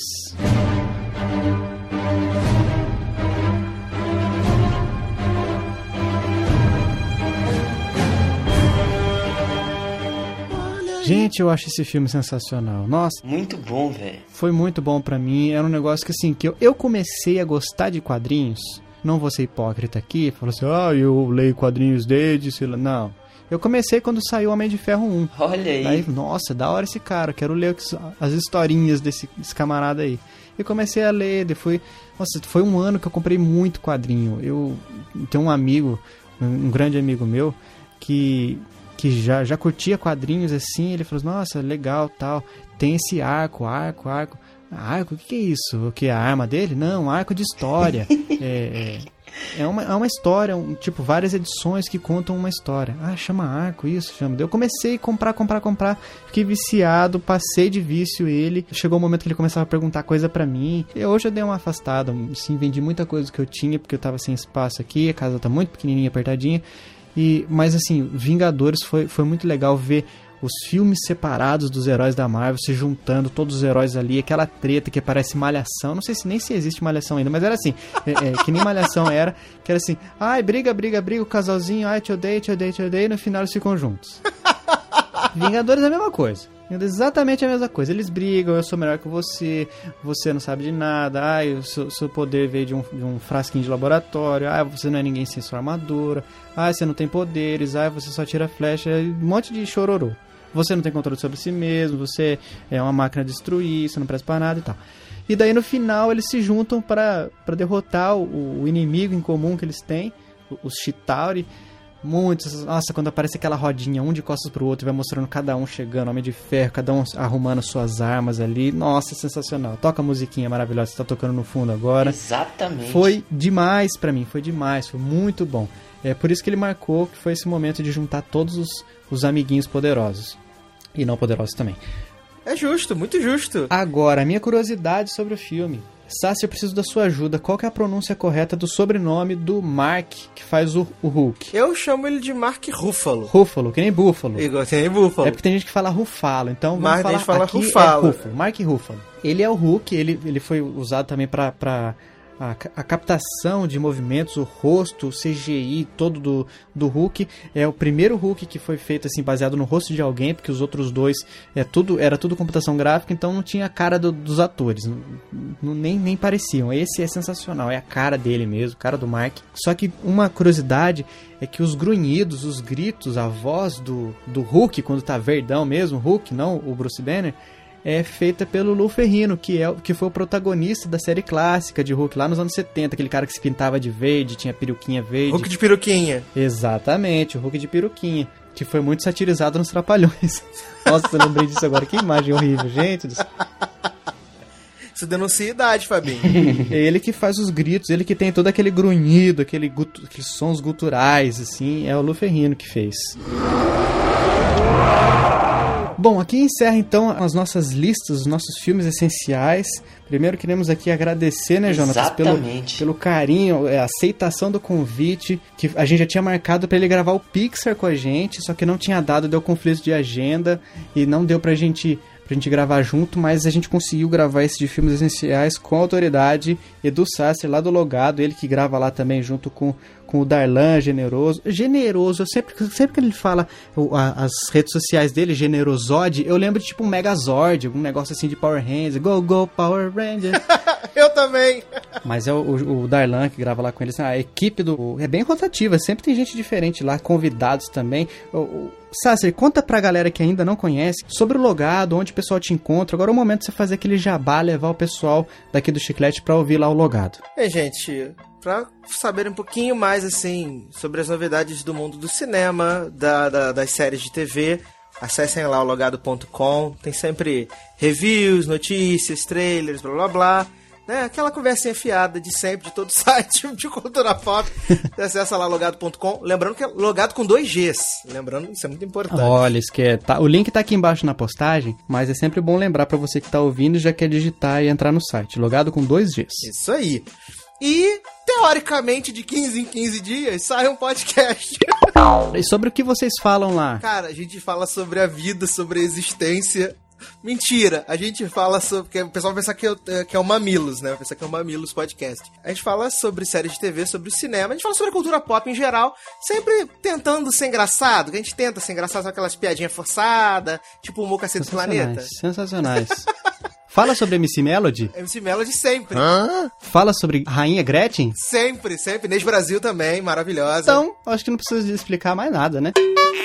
Gente, eu acho esse filme sensacional. Nossa. Muito bom, velho. Foi muito bom pra mim. Era um negócio que, assim, que eu comecei a gostar de quadrinhos. Não vou ser hipócrita aqui. Falou assim, eu leio quadrinhos desde... sei lá. Não. Eu comecei quando saiu Homem de Ferro 1. Olha aí. Aí, nossa, da hora esse cara. Quero ler as historinhas desse camarada aí. E comecei a ler. Depois... Nossa, foi um ano que eu comprei muito quadrinho. Eu tenho um amigo, um grande amigo meu, que já curtia quadrinhos assim, ele falou, nossa, legal, tal, tem esse arco. Arco, o que é isso? O que é a arma dele? Não, arco de história. É uma história, tipo, várias edições que contam uma história. Chama arco, isso, chama. Eu comecei a comprar, fiquei viciado, passei de vício ele. Chegou um momento que ele começava a perguntar coisa pra mim. E hoje eu dei uma afastada, assim, vendi muita coisa que eu tinha, porque eu tava sem espaço aqui, a casa tá muito pequenininha, apertadinha. Mas assim, Vingadores foi muito legal ver os filmes separados dos heróis da Marvel, se juntando, todos os heróis ali, aquela treta que parece Malhação, não sei se existe Malhação ainda, mas era assim, que nem Malhação era, que era assim, briga, o casalzinho, te odeio, e no final eles ficam juntos. Vingadores é a mesma coisa. Exatamente a mesma coisa. Eles brigam, eu sou melhor que você não sabe de nada, o seu poder veio de um frasquinho de laboratório, você não é ninguém sem sua armadura, você não tem poderes, você só tira flecha, um monte de chororô. Você não tem controle sobre si mesmo, você é uma máquina de destruir, você não presta pra nada e tal. E daí no final eles se juntam pra derrotar o inimigo em comum que eles têm, os Chitauri. Muitos, nossa, quando aparece aquela rodinha, um de costas pro outro, vai mostrando cada um chegando, Homem de Ferro, cada um arrumando suas armas ali, nossa, sensacional. Toca a musiquinha maravilhosa que tá tocando no fundo agora. Exatamente. Foi demais pra mim, foi muito bom. É por isso que ele marcou que foi esse momento de juntar todos os amiguinhos poderosos. E não poderosos também. É justo, muito justo. Agora, a minha curiosidade sobre o filme. Sassi, eu preciso da sua ajuda. Qual que é a pronúncia correta do sobrenome do Mark, que faz o Hulk? Eu chamo ele de Mark Ruffalo. Ruffalo, que nem búfalo. Igual, que nem búfalo. É porque tem gente que fala Ruffalo, então vamos falar fala aqui Ruffalo. Ruffalo, Mark Ruffalo. Ele é o Hulk, ele foi usado também pra a captação de movimentos, o rosto, o CGI todo do Hulk. É o primeiro Hulk que foi feito assim, baseado no rosto de alguém, porque os outros dois era tudo computação gráfica, então não tinha a cara dos atores, nem pareciam. Esse é sensacional, é a cara dele mesmo, a cara do Mark. Só que uma curiosidade é que os grunhidos, os gritos, a voz do Hulk, quando tá verdão mesmo, Hulk, não o Bruce Banner, é feita pelo Lou Ferrigno, que foi o protagonista da série clássica de Hulk lá nos anos 70, aquele cara que se pintava de verde, tinha peruquinha verde. Hulk de peruquinha. Exatamente, o Hulk de peruquinha, que foi muito satirizado nos Trapalhões. Nossa, eu lembrei disso agora, que imagem horrível, gente. Isso denuncia a idade, Fabinho. É ele que faz os gritos, ele que tem todo aquele grunhido, aqueles sons guturais, assim, é o Lou Ferrigno que fez. Bom, aqui encerra então as nossas listas, os nossos filmes essenciais. Primeiro queremos aqui agradecer, né, Jonatas, pelo carinho, a aceitação do convite, que a gente já tinha marcado para ele gravar o Pixar com a gente, só que não tinha dado, deu conflito de agenda e não deu pra gente gravar junto, mas a gente conseguiu gravar esse de filmes essenciais com a autoridade Edu Sasser, lá do Logado, ele que grava lá também junto com o Darlan, Generoso, sempre que ele fala as redes sociais dele, Generosode, eu lembro de tipo um Megazord, algum negócio assim de Power Rangers, Go Power Ranger. Eu também. Mas é o Darlan que grava lá com eles, a equipe é bem rotativa, sempre tem gente diferente lá, convidados também. Sasser, conta pra galera que ainda não conhece sobre o Logado, onde o pessoal te encontra. Agora é o momento de você fazer aquele jabá, levar o pessoal daqui do Chiclete pra ouvir lá o Logado. Gente, pra saber um pouquinho mais, assim, sobre as novidades do mundo do cinema, das séries de TV, acessem lá o logado.com. Tem sempre reviews, notícias, trailers, blá blá blá. Né? Aquela conversinha fiada de sempre, de todo site de cultura pop. Você acessa lá logado.com. Lembrando que é logado com 2 Gs. Lembrando, isso é muito importante. Olha, isso que o link tá aqui embaixo na postagem, mas é sempre bom lembrar pra você que tá ouvindo, já quer digitar e entrar no site. Logado com 2 Gs. Isso aí. E, teoricamente, de 15 em 15 dias, sai um podcast. E sobre o que vocês falam lá? Cara, a gente fala sobre a vida, sobre a existência. Mentira, a gente fala sobre... Porque o pessoal pensa que é o Mamilos, né? Pensa que é o Mamilos Podcast. A gente fala sobre séries de TV, sobre o cinema. A gente fala sobre a cultura pop em geral. Sempre tentando ser engraçado. Que a gente tenta ser engraçado com aquelas piadinhas forçadas. Tipo o Humor Cacete do Planeta. Sensacionais. Fala sobre MC Melody? MC Melody sempre. Fala sobre Rainha Gretchen? Sempre. Inês Brasil também, maravilhosa. Então, acho que não precisa explicar mais nada, né?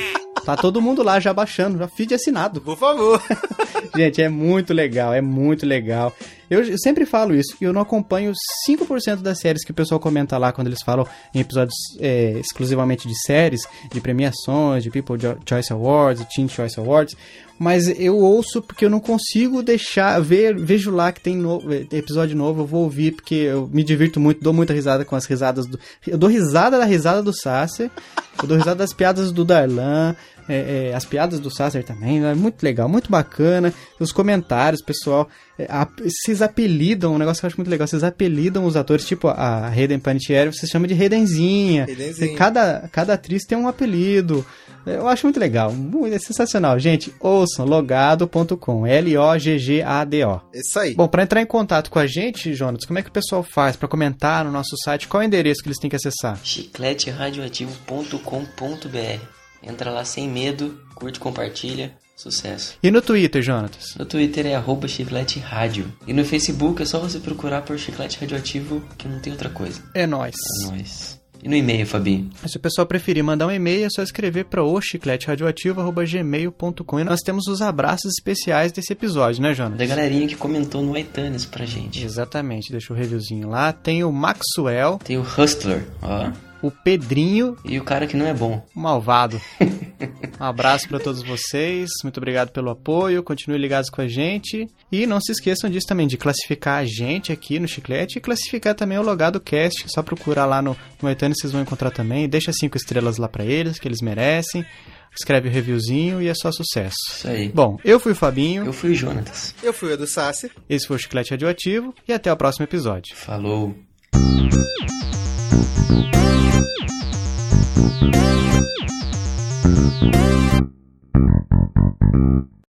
Tá todo mundo lá já baixando, já feed assinado. Por favor. Gente, é muito legal, é muito legal. Eu sempre falo isso, eu não acompanho 5% das séries que o pessoal comenta lá quando eles falam em episódios exclusivamente de séries, de premiações, de People Choice Awards, de Teen Choice Awards, mas eu ouço porque eu não consigo deixar, vejo lá que tem episódio novo, eu vou ouvir porque eu me divirto muito, dou muita risada com as risadas eu dou risada da risada do Sasser, eu dou risada das piadas do Darlan, as piadas do Sasser também, é muito legal, muito bacana, os comentários, pessoal, vocês apelidam, um negócio que eu acho muito legal, vocês apelidam os atores, tipo a Hayden Panettiere, você chama de Haydenzinha. Cada atriz tem um apelido, eu acho muito legal, é sensacional, gente, ouçam, logado.com, LOGGADO. Isso aí. Bom, para entrar em contato com a gente, Jonas, como é que o pessoal faz para comentar no nosso site, qual é o endereço que eles têm que acessar? chicleteradioativo.com.br. Entra lá sem medo, curte, compartilha, sucesso. E no Twitter, Jonatas? No Twitter é @chicleteradio. E no Facebook é só você procurar por Chiclete Radioativo, que não tem outra coisa. É nóis. É nóis. E no e-mail, Fabinho? Se o pessoal preferir mandar um e-mail, é só escrever para ochicleteradioativo@gmail.com. E nós temos os abraços especiais desse episódio, né, Jonas? Da galerinha que comentou no iTunes pra gente. Exatamente, deixa o reviewzinho lá. Tem o Maxwell. Tem o Hustler, ó. O Pedrinho. E o cara que não é bom. O malvado. Um abraço para todos vocês. Muito obrigado pelo apoio. Continuem ligados com a gente. E não se esqueçam disso também, de classificar a gente aqui no Chiclete e classificar também o Logado Cast. Só procurar lá no iTunes, vocês vão encontrar também. Deixa 5 estrelas lá para eles, que eles merecem. Escreve o reviewzinho e é só sucesso. Isso aí. Bom, eu fui o Fabinho. Eu fui o Jonatas. Eu fui o Edu Sassi. Esse foi o Chiclete Radioativo. E até o próximo episódio. Falou.